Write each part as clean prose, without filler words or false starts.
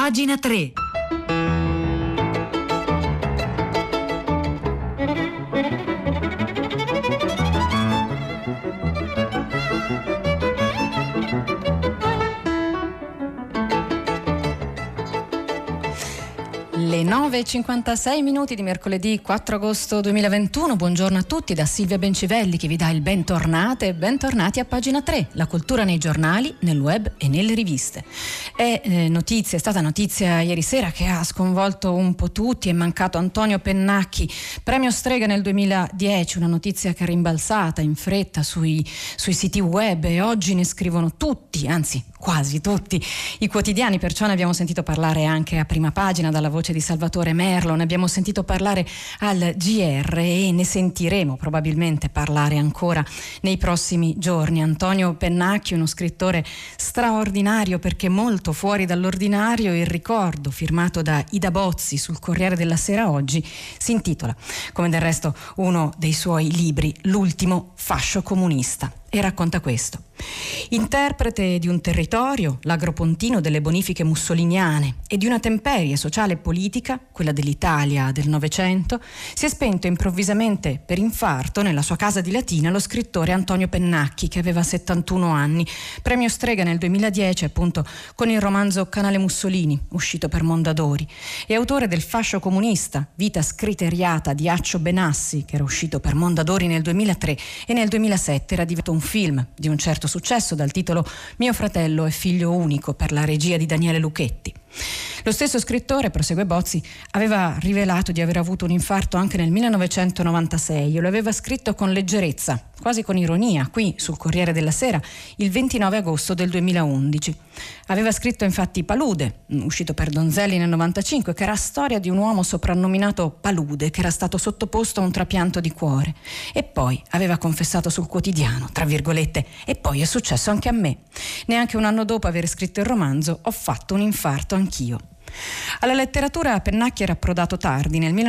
Pagina 3. Le 9:56 di mercoledì 4 agosto 2021. Buongiorno a tutti da Silvia Bencivelli che vi dà il bentornate e bentornati a Pagina 3, la cultura nei giornali, nel web e nelle riviste. È stata notizia ieri sera che ha sconvolto un po' tutti. È mancato Antonio Pennacchi, premio Strega nel 2010, una notizia che è rimbalzata in fretta sui siti web e oggi ne scrivono tutti, anzi quasi tutti i quotidiani, perciò ne abbiamo sentito parlare anche a prima pagina dalla voce di Salvatore Merlo, ne abbiamo sentito parlare al GR e ne sentiremo probabilmente parlare ancora nei prossimi giorni. Antonio Pennacchi, uno scrittore straordinario perché molto fuori dall'ordinario. Il ricordo firmato da Ida Bozzi sul Corriere della Sera oggi si intitola, come del resto uno dei suoi libri, L'ultimo fascio comunista, e racconta questo. Interprete di un territorio, l'Agropontino, delle bonifiche mussoliniane e di una temperie sociale e politica, quella dell'Italia del Novecento, si è spento improvvisamente per infarto nella sua casa di Latina lo scrittore Antonio Pennacchi, che aveva 71 anni, premio Strega nel 2010 appunto con il romanzo Canale Mussolini, uscito per Mondadori, e autore del Fascio comunista, vita scriteriata di Accio Benassi, che era uscito per Mondadori nel 2003 e nel 2007 era diventato un film di un certo successo dal titolo Mio fratello è figlio unico, per la regia di Daniele Lucchetti. Lo stesso scrittore, prosegue Bozzi, aveva rivelato di aver avuto un infarto anche nel 1996 e lo aveva scritto con leggerezza, quasi con ironia, qui sul Corriere della Sera il 29 agosto del 2011. Aveva scritto infatti Palude, uscito per Donzelli nel 95, che era storia di un uomo soprannominato Palude che era stato sottoposto a un trapianto di cuore, e poi aveva confessato sul quotidiano, tra virgolette, e poi è successo anche a me. Neanche un anno dopo aver scritto il romanzo ho fatto un infarto anch'io. Alla letteratura Pennacchi era approdato tardi, nel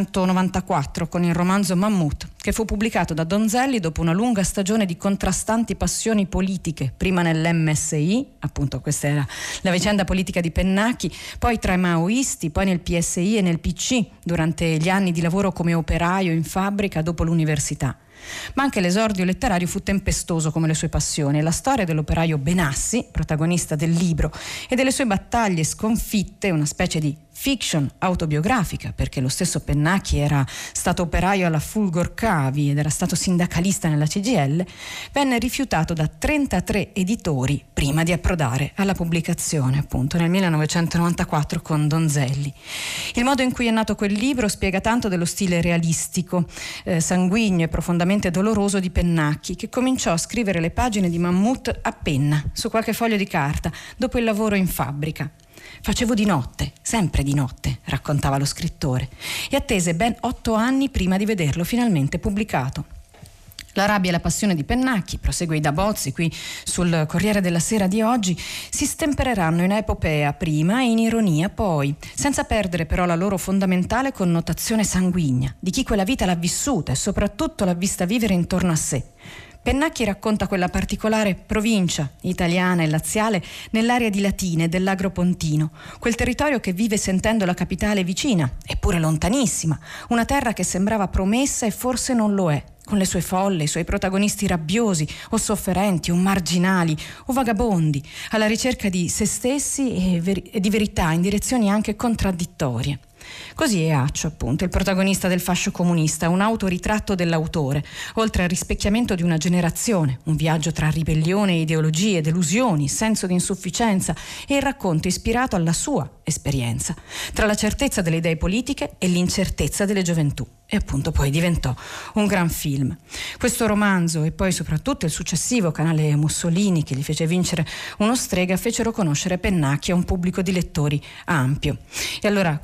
1994, con il romanzo Mammut, che fu pubblicato da Donzelli dopo una lunga stagione di contrastanti passioni politiche, prima nell'MSI, appunto questa era la vicenda politica di Pennacchi, poi tra i maoisti, poi nel PSI e nel PC, durante gli anni di lavoro come operaio in fabbrica dopo l'università. Ma anche l'esordio letterario fu tempestoso come le sue passioni, e la storia dell'operaio Benassi, protagonista del libro, e delle sue battaglie sconfitte, una specie di fiction autobiografica, perché lo stesso Pennacchi era stato operaio alla Fulgor-Cavi ed era stato sindacalista nella CGIL, venne rifiutato da 33 editori prima di approdare alla pubblicazione, appunto nel 1994 con Donzelli. Il modo in cui è nato quel libro spiega tanto dello stile realistico, sanguigno e profondamente doloroso di Pennacchi, che cominciò a scrivere le pagine di Mammut a penna, su qualche foglio di carta, dopo il lavoro in fabbrica. Facevo di notte, sempre di notte, raccontava lo scrittore, e attese ben 8 anni prima di vederlo finalmente pubblicato. La rabbia e la passione di Pennacchi, prosegue Ida Bozzi qui sul Corriere della Sera di oggi, si stempereranno in epopea prima e in ironia poi, senza perdere però la loro fondamentale connotazione sanguigna, di chi quella vita l'ha vissuta e soprattutto l'ha vista vivere intorno a sé. Pennacchi racconta quella particolare provincia italiana e laziale nell'area di Latina e dell'Agropontino, quel territorio che vive sentendo la capitale vicina, eppure lontanissima, una terra che sembrava promessa e forse non lo è, con le sue folle, i suoi protagonisti rabbiosi o sofferenti o marginali o vagabondi, alla ricerca di se stessi e di verità in direzioni anche contraddittorie. Così è Accio, appunto, il protagonista del Fascio comunista, un autoritratto dell'autore, oltre al rispecchiamento di una generazione, un viaggio tra ribellione, ideologie, delusioni, senso di insufficienza e il racconto ispirato alla sua esperienza, tra la certezza delle idee politiche e l'incertezza delle gioventù. E appunto poi diventò un gran film. Questo romanzo e poi soprattutto il successivo Canale Mussolini, che gli fece vincere uno Strega, fecero conoscere Pennacchi a un pubblico di lettori ampio. E allora con Canale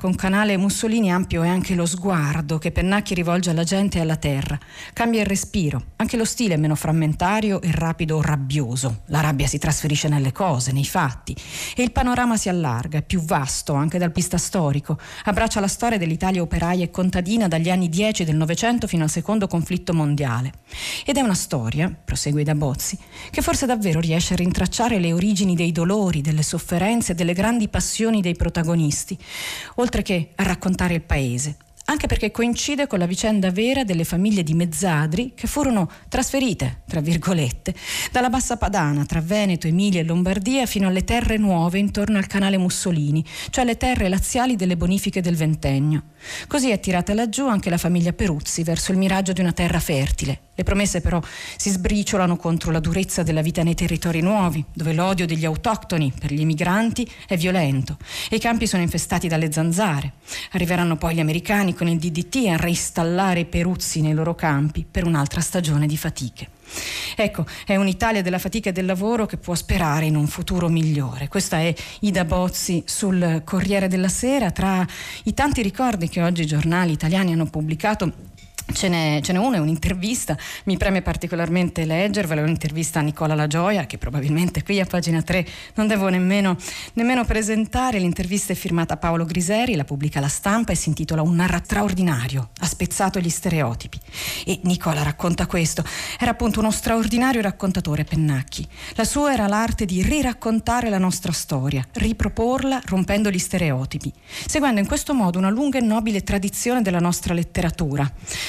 canale Mussolini ampio è anche lo sguardo che Pennacchi rivolge alla gente e alla terra. Cambia il respiro, anche lo stile è meno frammentario e rapido o rabbioso. La rabbia si trasferisce nelle cose, nei fatti, e il panorama si allarga, è più vasto anche dal pista storico. Abbraccia la storia dell'Italia operaia e contadina dagli anni 10 del Novecento fino al secondo conflitto mondiale. Ed è una storia, prosegue Ida Bozzi, che forse davvero riesce a rintracciare le origini dei dolori, delle sofferenze e delle grandi passioni dei protagonisti, oltre che a raccontare il paese, anche perché coincide con la vicenda vera delle famiglie di mezzadri che furono trasferite, tra virgolette, dalla bassa padana tra Veneto, Emilia e Lombardia fino alle terre nuove intorno al canale Mussolini, cioè le terre laziali delle bonifiche del Ventennio. Così è tirata laggiù anche la famiglia Peruzzi verso il miraggio di una terra fertile. Le promesse però si sbriciolano contro la durezza della vita nei territori nuovi, dove l'odio degli autoctoni per gli emigranti è violento e i campi sono infestati dalle zanzare. Arriveranno poi gli americani con il DDT a reinstallare i Peruzzi nei loro campi per un'altra stagione di fatiche. Ecco, è un'Italia della fatica e del lavoro che può sperare in un futuro migliore. Questa è Ida Bozzi sul Corriere della Sera. Tra i tanti ricordi che oggi i giornali italiani hanno pubblicato ce n'è uno, è un'intervista, mi preme particolarmente leggervela, è un'intervista a Nicola La Gioia che probabilmente qui a pagina 3 non devo nemmeno presentare. L'intervista è firmata Paolo Griseri, la pubblica La Stampa e si intitola Un narratore straordinario, ha spezzato gli stereotipi. E Nicola racconta questo: era appunto uno straordinario raccontatore Pennacchi, la sua era l'arte di riraccontare la nostra storia, riproporla rompendo gli stereotipi, seguendo in questo modo una lunga e nobile tradizione della nostra letteratura.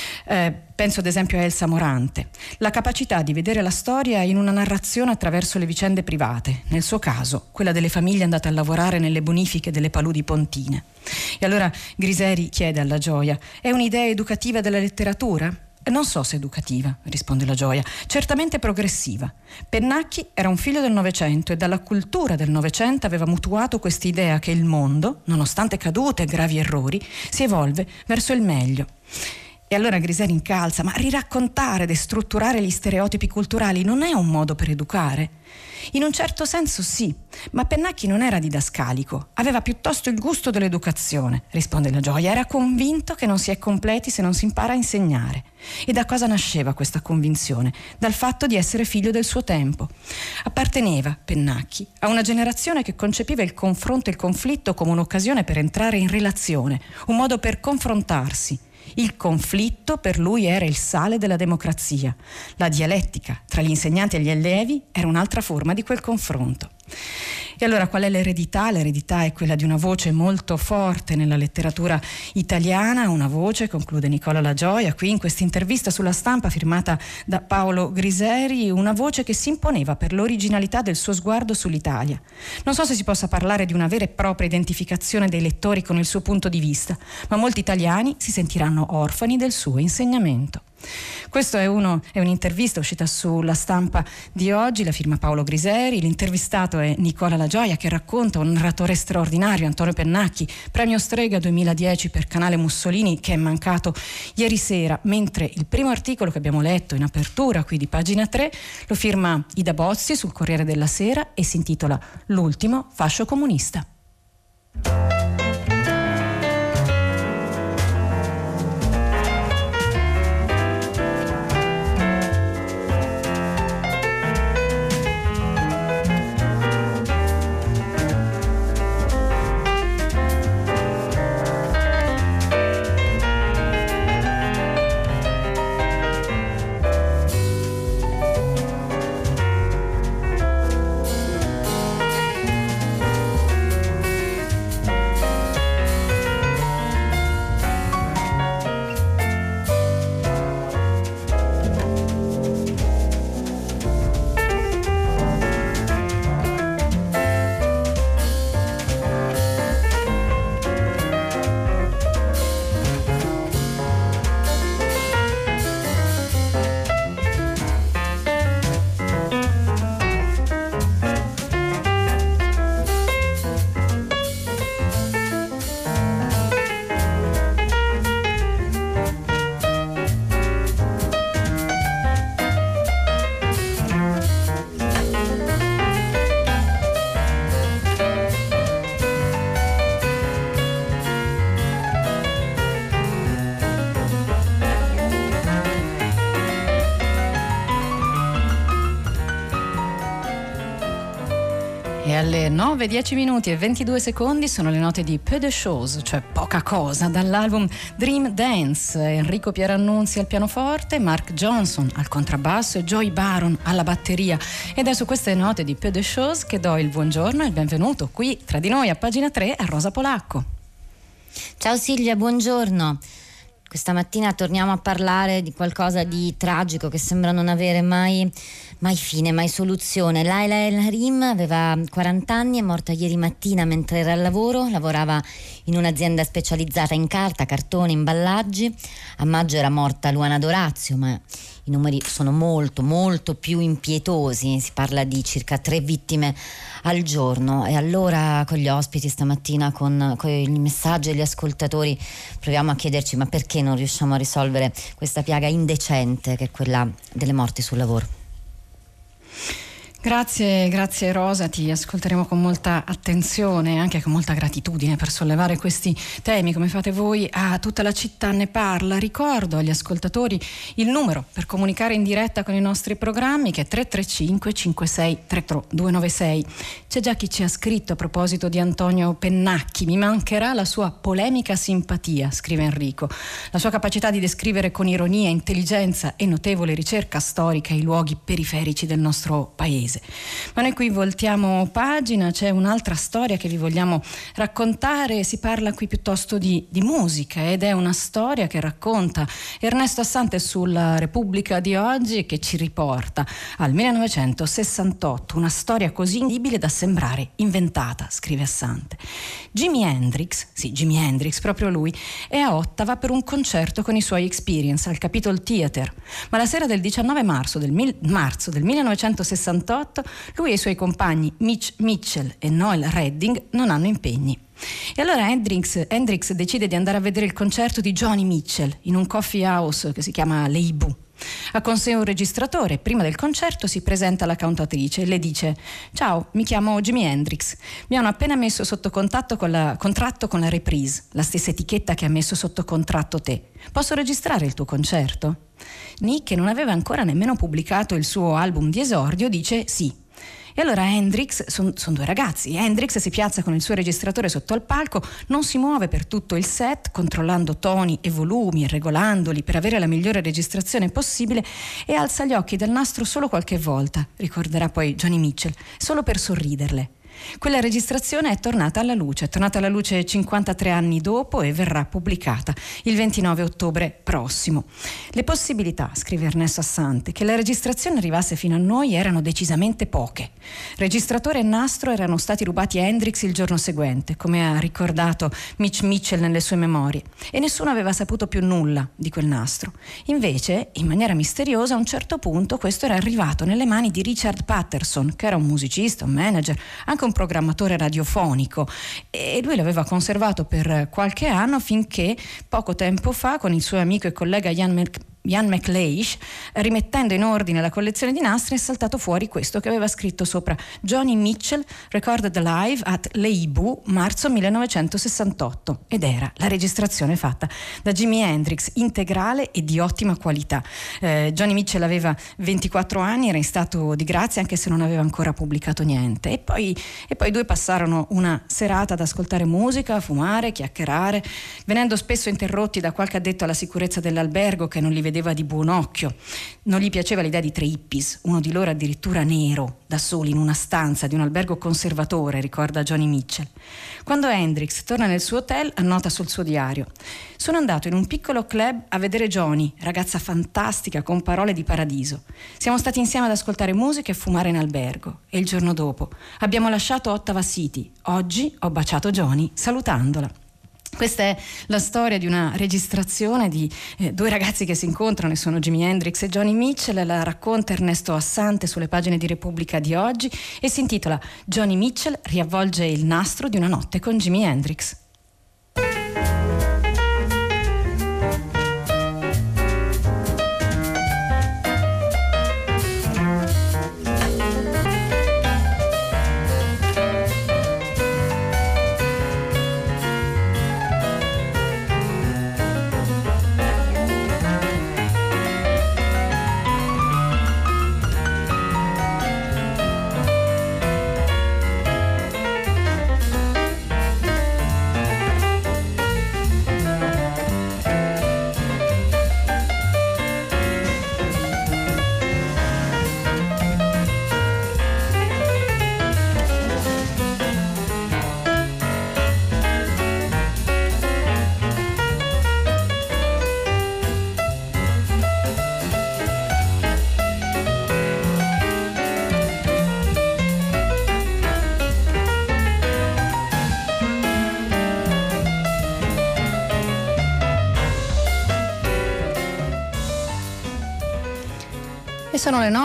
Penso ad esempio a Elsa Morante, la capacità di vedere la storia in una narrazione attraverso le vicende private, nel suo caso quella delle famiglie andate a lavorare nelle bonifiche delle paludi pontine. E allora Griseri chiede alla Gioia: è un'idea educativa della letteratura? Non so se educativa, risponde La Gioia, certamente progressiva. Pennacchi era un figlio del Novecento e dalla cultura del Novecento aveva mutuato quest'idea che il mondo, nonostante cadute e gravi errori, si evolve verso il meglio. E allora Griseri incalza: ma riraccontare, destrutturare gli stereotipi culturali non è un modo per educare? In un certo senso sì, ma Pennacchi non era didascalico, aveva piuttosto il gusto dell'educazione, risponde La Gioia, era convinto che non si è completi se non si impara a insegnare. E da cosa nasceva questa convinzione? Dal fatto di essere figlio del suo tempo. Apparteneva, Pennacchi, a una generazione che concepiva il confronto e il conflitto come un'occasione per entrare in relazione, un modo per confrontarsi. Il conflitto per lui era il sale della democrazia. La dialettica tra gli insegnanti e gli allievi era un'altra forma di quel confronto. E allora qual è l'eredità? L'eredità è quella di una voce molto forte nella letteratura italiana, una voce, conclude Nicola La Gioia qui in questa intervista sulla Stampa firmata da Paolo Griseri, una voce che si imponeva per l'originalità del suo sguardo sull'Italia. Non so se si possa parlare di una vera e propria identificazione dei lettori con il suo punto di vista, ma molti italiani si sentiranno orfani del suo insegnamento. Questo è un'intervista uscita sulla Stampa di oggi, la firma Paolo Griseri, l'intervistato è Nicola La Gioia che racconta un narratore straordinario, Antonio Pennacchi, premio Strega 2010 per Canale Mussolini, che è mancato ieri sera, mentre il primo articolo che abbiamo letto in apertura qui di pagina 3 lo firma Ida Bozzi sul Corriere della Sera e si intitola L'ultimo fascio comunista. Le 9:10 minuti e 22 secondi sono le note di Peu de choses, cioè poca cosa, dall'album Dream Dance. Enrico Pierannunzi al pianoforte, Mark Johnson al contrabbasso e Joy Baron alla batteria. Ed è su queste note di Peu de choses che do il buongiorno e il benvenuto qui tra di noi a pagina 3 a Rosa Polacco. Ciao Silvia, buongiorno. Questa mattina torniamo a parlare di qualcosa di tragico che sembra non avere mai fine, mai soluzione. Laila El Harim aveva 40 anni, è morta ieri mattina mentre era al lavoro, lavorava in un'azienda specializzata in carta, cartone, imballaggi. A maggio era morta Luana D'Orazio, ma i numeri sono molto molto più impietosi, si parla di circa 3 vittime al giorno. E allora con gli ospiti stamattina, con i messaggi degli ascoltatori, proviamo a chiederci ma perché non riusciamo a risolvere questa piaga indecente che è quella delle morti sul lavoro. Grazie Rosa, ti ascolteremo con molta attenzione e anche con molta gratitudine per sollevare questi temi come fate voi a Tutta la città ne parla. Ricordo agli ascoltatori il numero per comunicare in diretta con i nostri programmi che è 335 56 33 296. C'è già chi ci ha scritto a proposito di Antonio Pennacchi: mi mancherà la sua polemica simpatia, scrive Enrico, la sua capacità di descrivere con ironia, intelligenza e notevole ricerca storica i luoghi periferici del nostro paese. Ma noi qui voltiamo pagina, c'è un'altra storia che vi vogliamo raccontare. Si parla qui piuttosto di musica ed è una storia che racconta Ernesto Assante sulla Repubblica di oggi e che ci riporta al 1968, una storia così incredibile da sembrare inventata, scrive Assante. Jimi Hendrix, proprio lui, è a Ottawa per un concerto con i suoi Experience al Capitol Theatre, ma la sera del 19 marzo del 1968 lui e i suoi compagni Mitch Mitchell e Noel Redding non hanno impegni. E allora Hendrix decide di andare a vedere il concerto di Joni Mitchell in un coffee house che si chiama Leibu. Ha con sé un registratore. Prima del concerto si presenta la cantautrice e le dice: ciao, mi chiamo Jimi Hendrix, mi hanno appena messo sotto contratto con la Reprise, la stessa etichetta che ha messo sotto contratto te. Posso registrare il tuo concerto? Nick, che non aveva ancora nemmeno pubblicato il suo album di esordio, dice sì. E allora Hendrix, sono due ragazzi, Hendrix si piazza con il suo registratore sotto al palco, non si muove per tutto il set, controllando toni e volumi e regolandoli per avere la migliore registrazione possibile, e alza gli occhi dal nastro solo qualche volta, ricorderà poi Joni Mitchell, solo per sorriderle. Quella registrazione è tornata alla luce 53 anni dopo e verrà pubblicata il 29 ottobre prossimo. Le possibilità, scrive Ernesto Assante, che la registrazione arrivasse fino a noi erano decisamente poche. Registratore e nastro erano stati rubati a Hendrix il giorno seguente, come ha ricordato Mitch Mitchell nelle sue memorie, e nessuno aveva saputo più nulla di quel nastro. Invece, in maniera misteriosa, a un certo punto questo era arrivato nelle mani di Richard Patterson, che era un musicista, un manager, anche un programmatore radiofonico, e lui l'aveva conservato per qualche anno finché poco tempo fa con il suo amico e collega Ian McLeish, rimettendo in ordine la collezione di nastri, è saltato fuori questo che aveva scritto sopra: Joni Mitchell recorded live at Leibu, marzo 1968, ed era la registrazione fatta da Jimi Hendrix, integrale e di ottima qualità. Joni Mitchell aveva 24 anni, era in stato di grazia anche se non aveva ancora pubblicato niente, e poi i due passarono una serata ad ascoltare musica, a fumare, chiacchierare, venendo spesso interrotti da qualche addetto alla sicurezza dell'albergo che non li vedeva di buon occhio. Non gli piaceva l'idea di 3 hippies, uno di loro addirittura nero, da soli in una stanza di un albergo conservatore, ricorda Joni Mitchell. Quando Hendrix torna nel suo hotel, annota sul suo diario: sono andato in un piccolo club a vedere Joni, ragazza fantastica con parole di paradiso. Siamo stati insieme ad ascoltare musica e fumare in albergo, e il giorno dopo abbiamo lasciato Ottawa City. Oggi ho baciato Joni salutandola. Questa è la storia di una registrazione di 2 ragazzi che si incontrano, e sono Jimi Hendrix e Joni Mitchell. La racconta Ernesto Assante sulle pagine di Repubblica di oggi e si intitola Joni Mitchell riavvolge il nastro di una notte con Jimi Hendrix. E sono le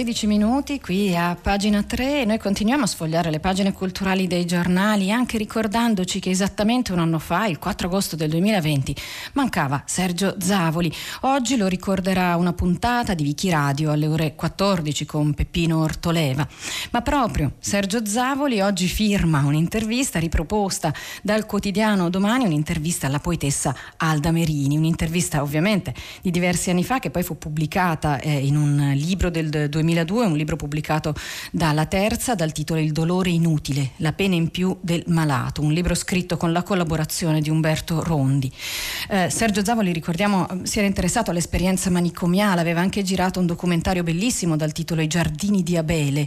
9:16 qui a pagina 3 e noi continuiamo a sfogliare le pagine culturali dei giornali, anche ricordandoci che esattamente un anno fa, il 4 agosto del 2020, mancava Sergio Zavoli. Oggi lo ricorderà una puntata di Vichi Radio alle ore 14 con Peppino Ortoleva. Ma proprio Sergio Zavoli oggi firma un'intervista riproposta dal quotidiano Domani, un'intervista alla poetessa Alda Merini, un'intervista ovviamente di diversi anni fa che poi fu pubblicata in un libro del 2002, un libro pubblicato dalla Terza dal titolo Il dolore inutile, la pena in più del malato, un libro scritto con la collaborazione di Umberto Rondi. Sergio Zavoli, ricordiamo, si era interessato all'esperienza manicomiale, aveva anche girato un documentario bellissimo dal titolo I giardini di Abele,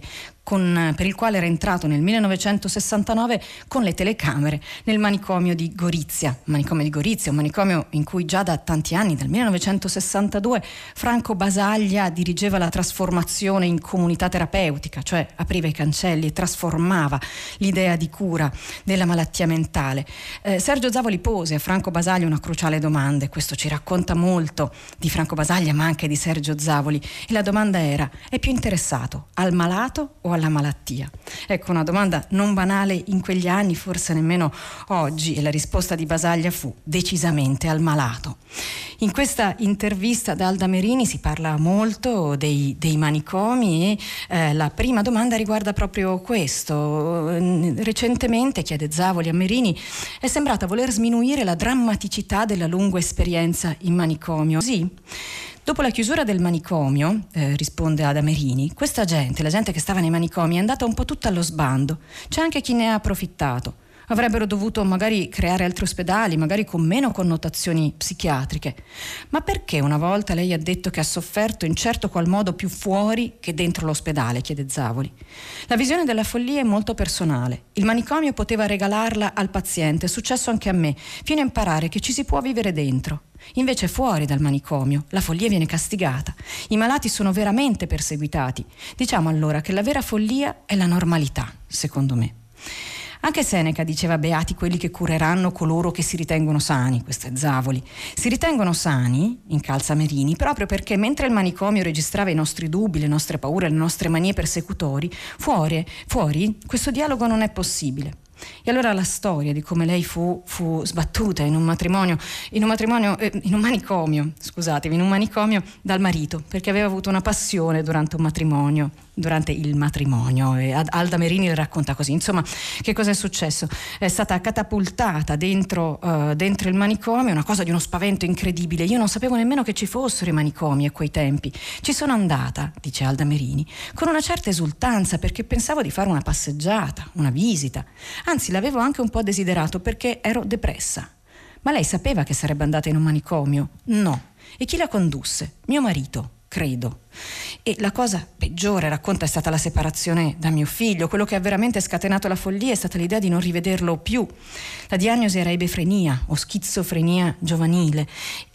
per il quale era entrato nel 1969 con le telecamere nel manicomio di Gorizia. Un manicomio in cui già da tanti anni, dal 1962, Franco Basaglia dirigeva la trasformazione in comunità terapeutica, cioè apriva i cancelli e trasformava l'idea di cura della malattia mentale. Sergio Zavoli pose a Franco Basaglia una cruciale domanda, e questo ci racconta molto di Franco Basaglia ma anche di Sergio Zavoli, e la domanda era: è più interessato al malato o alla malattia? Ecco, una domanda non banale in quegli anni, forse nemmeno oggi, e la risposta di Basaglia fu decisamente al malato. In questa intervista da Alda Merini si parla molto dei manicomi e la prima domanda riguarda proprio questo. Recentemente, chiede Zavoli a Merini, è sembrata voler sminuire la drammaticità della lunga esperienza in manicomio. Sì? Dopo la chiusura del manicomio, risponde Alda Merini, questa gente, la gente che stava nei manicomi, è andata un po' tutta allo sbando. C'è anche chi ne ha approfittato. Avrebbero dovuto magari creare altri ospedali, magari con meno connotazioni psichiatriche. Ma perché una volta lei ha detto che ha sofferto in certo qual modo più fuori che dentro l'ospedale, chiede Zavoli. La visione della follia è molto personale. Il manicomio poteva regalarla al paziente, è successo anche a me, fino a imparare che ci si può vivere dentro. Invece fuori dal manicomio la follia viene castigata. I malati sono veramente perseguitati. Diciamo allora che la vera follia è la normalità, secondo me. Anche Seneca diceva beati quelli che cureranno coloro che si ritengono sani, questo è Zavoli. Si ritengono sani, incalza Merini, proprio perché mentre il manicomio registrava i nostri dubbi, le nostre paure, le nostre manie persecutori, fuori questo dialogo non è possibile. E allora la storia di come lei fu sbattuta in un manicomio dal marito, perché aveva avuto una passione durante il matrimonio, e Alda Merini le racconta così. Insomma, che cosa è successo? È stata catapultata dentro il manicomio, una cosa di uno spavento incredibile. Io non sapevo nemmeno che ci fossero i manicomi a quei tempi. Ci sono andata, dice Alda Merini, con una certa esultanza, perché pensavo di fare una passeggiata, una visita. Anzi, l'avevo anche un po' desiderato perché ero depressa. Ma lei sapeva che sarebbe andata in un manicomio? No. E chi la condusse? Mio marito, credo. E la cosa peggiore, racconta, è stata la separazione da mio figlio. Quello che ha veramente scatenato la follia è stata l'idea di non rivederlo più. La diagnosi era ebefrenia o schizofrenia giovanile,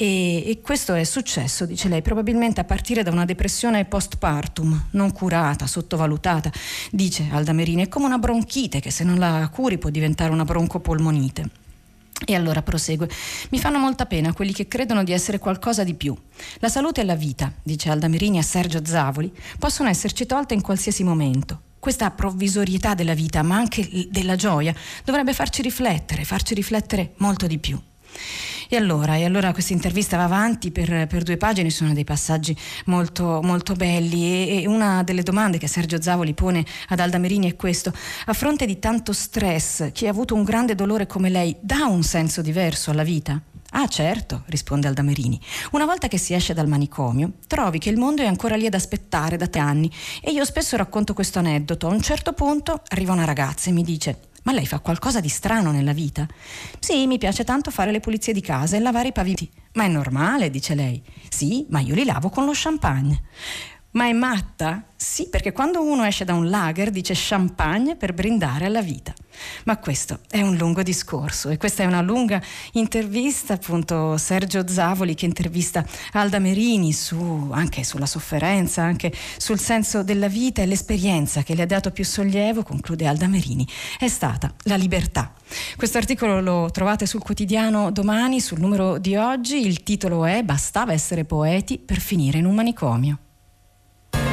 e questo è successo, dice lei, probabilmente a partire da una depressione postpartum non curata, sottovalutata. Dice Alda Merini, è come una bronchite che se non la curi può diventare una broncopolmonite. E allora prosegue: mi fanno molta pena quelli che credono di essere qualcosa di più. La salute e la vita, dice Alda Merini a Sergio Zavoli, possono esserci tolte in qualsiasi momento. Questa provvisorietà della vita, ma anche della gioia, dovrebbe farci riflettere molto di più. E allora questa intervista va avanti per 2 pagine, sono dei passaggi molto, molto belli, e una delle domande che Sergio Zavoli pone ad Alda Merini è questo: a fronte di tanto stress, chi ha avuto un grande dolore come lei dà un senso diverso alla vita? Ah, certo, risponde Alda Merini. Una volta che si esce dal manicomio, trovi che il mondo è ancora lì ad aspettare da 3 anni, e io spesso racconto questo aneddoto. A un certo punto arriva una ragazza e mi dice: ma lei fa qualcosa di strano nella vita? Sì, mi piace tanto fare le pulizie di casa e lavare i pavimenti. Ma è normale, dice lei. Sì, ma io li lavo con lo champagne. Ma è matta? Sì, perché quando uno esce da un lager dice champagne per brindare alla vita. Ma questo è un lungo discorso, e questa è una lunga intervista, appunto, Sergio Zavoli che intervista Alda Merini anche sulla sofferenza, anche sul senso della vita, e l'esperienza che le ha dato più sollievo, conclude Alda Merini, è stata la libertà. Questo articolo lo trovate sul quotidiano Domani, sul numero di oggi. Il titolo è: bastava essere poeti per finire in un manicomio.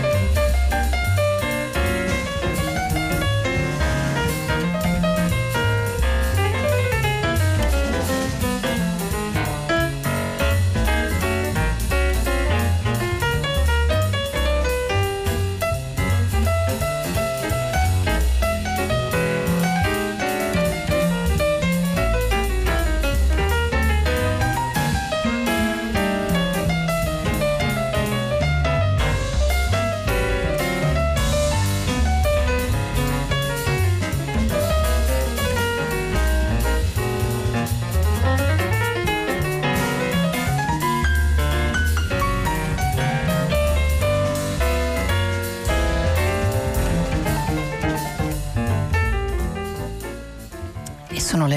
le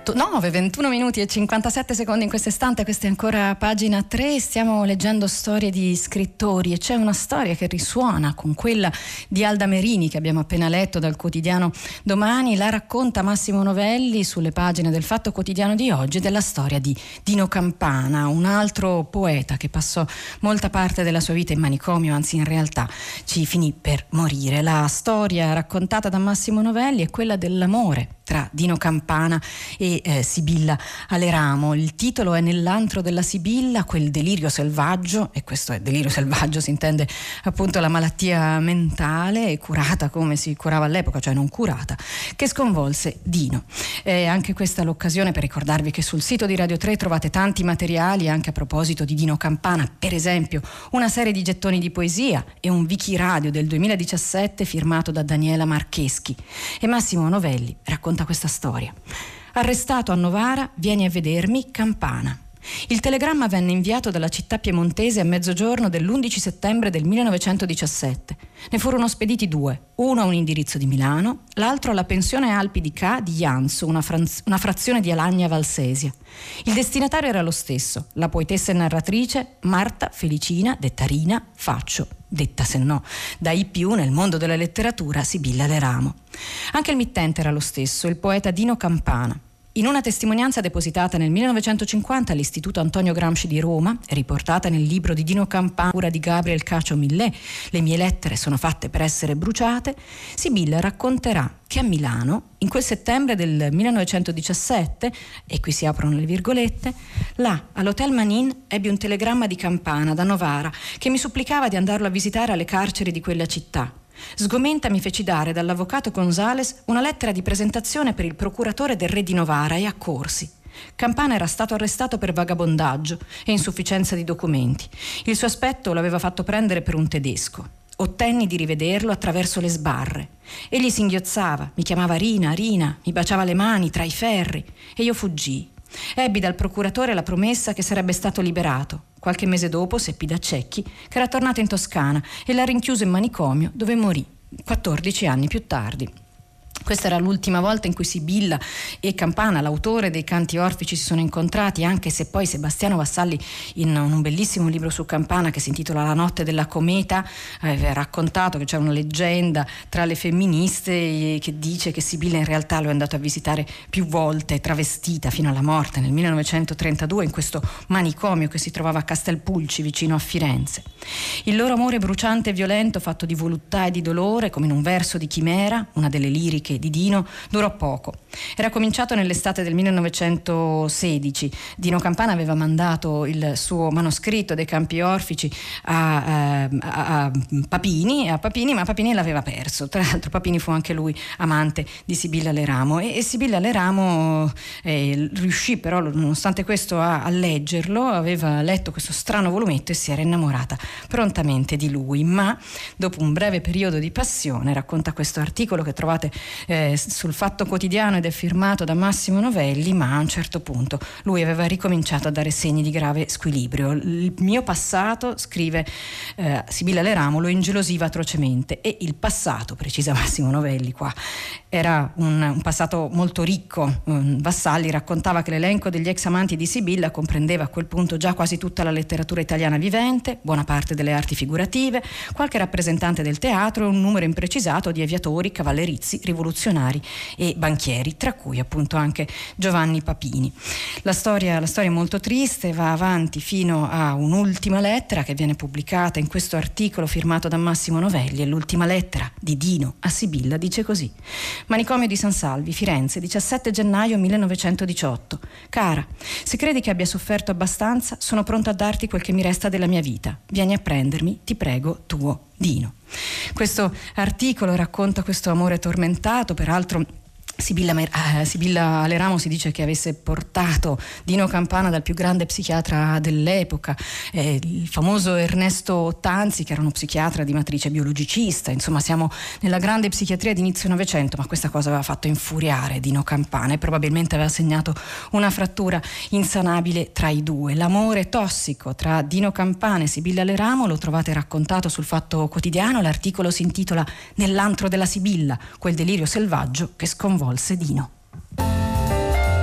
21 minuti e 57 secondi in questo istante. Questa è ancora pagina 3. Stiamo leggendo storie di scrittori e c'è una storia che risuona con quella di Alda Merini che abbiamo appena letto dal quotidiano Domani. La racconta Massimo Novelli sulle pagine del Fatto Quotidiano di oggi, della storia di Dino Campana, un altro poeta che passò molta parte della sua vita in manicomio, anzi in realtà ci finì per morire. La storia raccontata da Massimo Novelli è quella dell'amore tra Dino Campana e Sibilla Aleramo. Il titolo è Nell'antro della Sibilla, quel delirio selvaggio, e questo è delirio selvaggio, si intende appunto la malattia mentale curata come si curava all'epoca, cioè non curata, che sconvolse Dino. Anche questa è l'occasione per ricordarvi che sul sito di Radio 3 trovate tanti materiali anche a proposito di Dino Campana, per esempio una serie di gettoni di poesia e un Wiki Radio del 2017 firmato da Daniela Marcheschi. E Massimo Novelli racconta questa storia. Arrestato a Novara, vieni a vedermi, Campana. Il telegramma venne inviato dalla città piemontese a mezzogiorno dell'11 settembre del 1917. Ne furono spediti 2, uno a un indirizzo di Milano, l'altro alla pensione Alpi di Ca di Janzo, una frazione di Alagna Valsesia. Il destinatario era lo stesso, la poetessa e narratrice Marta Felicina, detta Rina Faccio, detta se no da I+, nel mondo della letteratura, Sibilla Aleramo. Anche il mittente era lo stesso, il poeta Dino Campana. In una testimonianza depositata nel 1950 all'Istituto Antonio Gramsci di Roma, riportata nel libro di Dino Campana, cura di Gabriel Cacio Millet, Le mie lettere sono fatte per essere bruciate, Sibilla racconterà che a Milano, in quel settembre del 1917, e qui si aprono le virgolette, là, all'Hotel Manin, ebbi un telegramma di Campana da Novara che mi supplicava di andarlo a visitare alle carceri di quella città. Sgomenta mi feci dare dall'avvocato Gonzales una lettera di presentazione per il procuratore del re di Novara e accorsi. Campana era stato arrestato per vagabondaggio e insufficienza di documenti. Il suo aspetto l'aveva fatto prendere per un tedesco. Ottenni di rivederlo attraverso le sbarre. Egli singhiozzava, mi chiamava Rina, Rina, mi baciava le mani tra i ferri e io fuggii. Ebbi dal procuratore la promessa che sarebbe stato liberato. Qualche mese dopo seppi da Cecchi che era tornato in Toscana e l'ha rinchiuso in manicomio, dove morì 14 anni più tardi. Questa era l'ultima volta in cui Sibilla e Campana, l'autore dei Canti Orfici, si sono incontrati, anche se poi Sebastiano Vassalli, in un bellissimo libro su Campana che si intitola La notte della cometa, aveva raccontato che c'è una leggenda tra le femministe che dice che Sibilla in realtà lo è andato a visitare più volte, travestita fino alla morte nel 1932 in questo manicomio che si trovava a Castelpulci, vicino a Firenze. Il loro amore bruciante e violento, fatto di voluttà e di dolore, come in un verso di Chimera, una delle liriche di Dino, durò poco. Era cominciato nell'estate del 1916. Dino Campana aveva mandato il suo manoscritto dei Campi Orfici a Papini, ma Papini l'aveva perso. Tra l'altro Papini fu anche lui amante di Sibilla Aleramo e Sibilla Aleramo riuscì però, nonostante questo, a leggerlo. Aveva letto questo strano volumetto e si era innamorata prontamente di lui, ma dopo un breve periodo di passione, racconta questo articolo che trovate sul Fatto Quotidiano ed è firmato da Massimo Novelli, ma a un certo punto lui aveva ricominciato a dare segni di grave squilibrio. Il mio passato, scrive Sibilla Aleramo, lo ingelosiva atrocemente, e il passato, precisa Massimo Novelli qua, era un passato molto ricco. Vassalli raccontava che l'elenco degli ex amanti di Sibilla comprendeva a quel punto già quasi tutta la letteratura italiana vivente, buona parte delle arti figurative, qualche rappresentante del teatro e un numero imprecisato di aviatori, cavallerizi, rivoluzionari e banchieri, tra cui appunto anche Giovanni Papini. La storia è molto triste, va avanti fino a un'ultima lettera che viene pubblicata in questo articolo firmato da Massimo Novelli, e l'ultima lettera di Dino a Sibilla dice così: Manicomio di San Salvi, Firenze, 17 gennaio 1918. Cara, se credi che abbia sofferto abbastanza, sono pronto a darti quel che mi resta della mia vita. Vieni a prendermi, ti prego, tuo Dino. Questo articolo racconta questo amore tormentato, peraltro Sibilla Aleramo si dice che avesse portato Dino Campana dal più grande psichiatra dell'epoca, il famoso Ernesto Tanzi, che era uno psichiatra di matrice biologicista. Insomma, siamo nella grande psichiatria di inizio Novecento, ma questa cosa aveva fatto infuriare Dino Campana e probabilmente aveva segnato una frattura insanabile tra i due. L'amore tossico tra Dino Campana e Sibilla Aleramo lo trovate raccontato sul Fatto Quotidiano. L'articolo si intitola Nell'antro della Sibilla, quel delirio selvaggio che sconvolse Dino.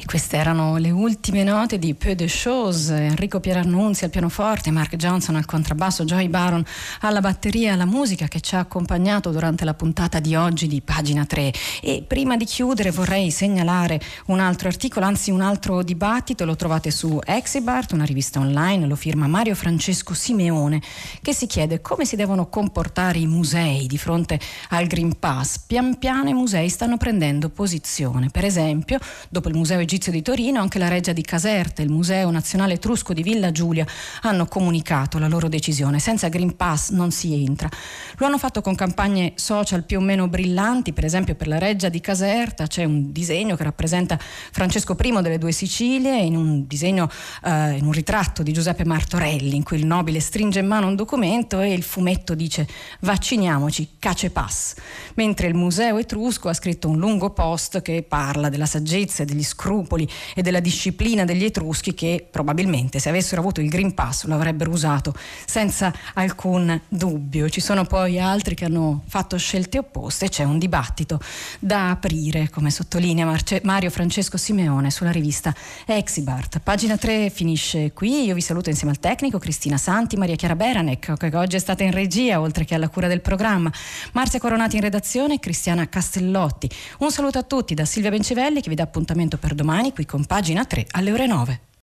Queste erano le ultime note di Peu de Choses, Enrico Pierannunzi al pianoforte, Mark Johnson al contrabbasso, Joy Baron alla batteria, la musica che ci ha accompagnato durante la puntata di oggi di Pagina 3. E prima di chiudere vorrei segnalare un altro articolo, anzi un altro dibattito, lo trovate su Exibart, una rivista online, lo firma Mario Francesco Simeone, che si chiede come si devono comportare i musei di fronte al Green Pass. Pian piano i musei stanno prendendo posizione. Per esempio, dopo il Museo Egizio di Torino, anche la Reggia di Caserta e il Museo Nazionale Etrusco di Villa Giulia hanno comunicato la loro decisione. Senza Green Pass non si entra. Lo hanno fatto con campagne social più o meno brillanti. Per esempio, per la Reggia di Caserta c'è un disegno che rappresenta Francesco I delle Due Sicilie in un ritratto di Giuseppe Martorelli, in cui il nobile stringe in mano un documento e il fumetto dice "vacciniamoci, cace pass", mentre il Museo Etrusco ha scritto un lungo post che parla della saggezza e degli scrupoli e della disciplina degli Etruschi, che probabilmente se avessero avuto il Green Pass lo avrebbero usato senza alcun dubbio. Ci sono poi altri che hanno fatto scelte opposte e c'è un dibattito da aprire, come sottolinea Mario Francesco Simeone sulla rivista Exibart. Pagina 3 finisce qui, io vi saluto insieme al tecnico Cristina Santi, Maria Chiara Beranec, che oggi è stata in regia oltre che alla cura del programma, Marzia Coronati in redazione e Cristiana Castellotti. Un saluto a tutti da Silvia Bencivelli, che vi dà appuntamento per domani qui con Pagina 3 alle ore 9.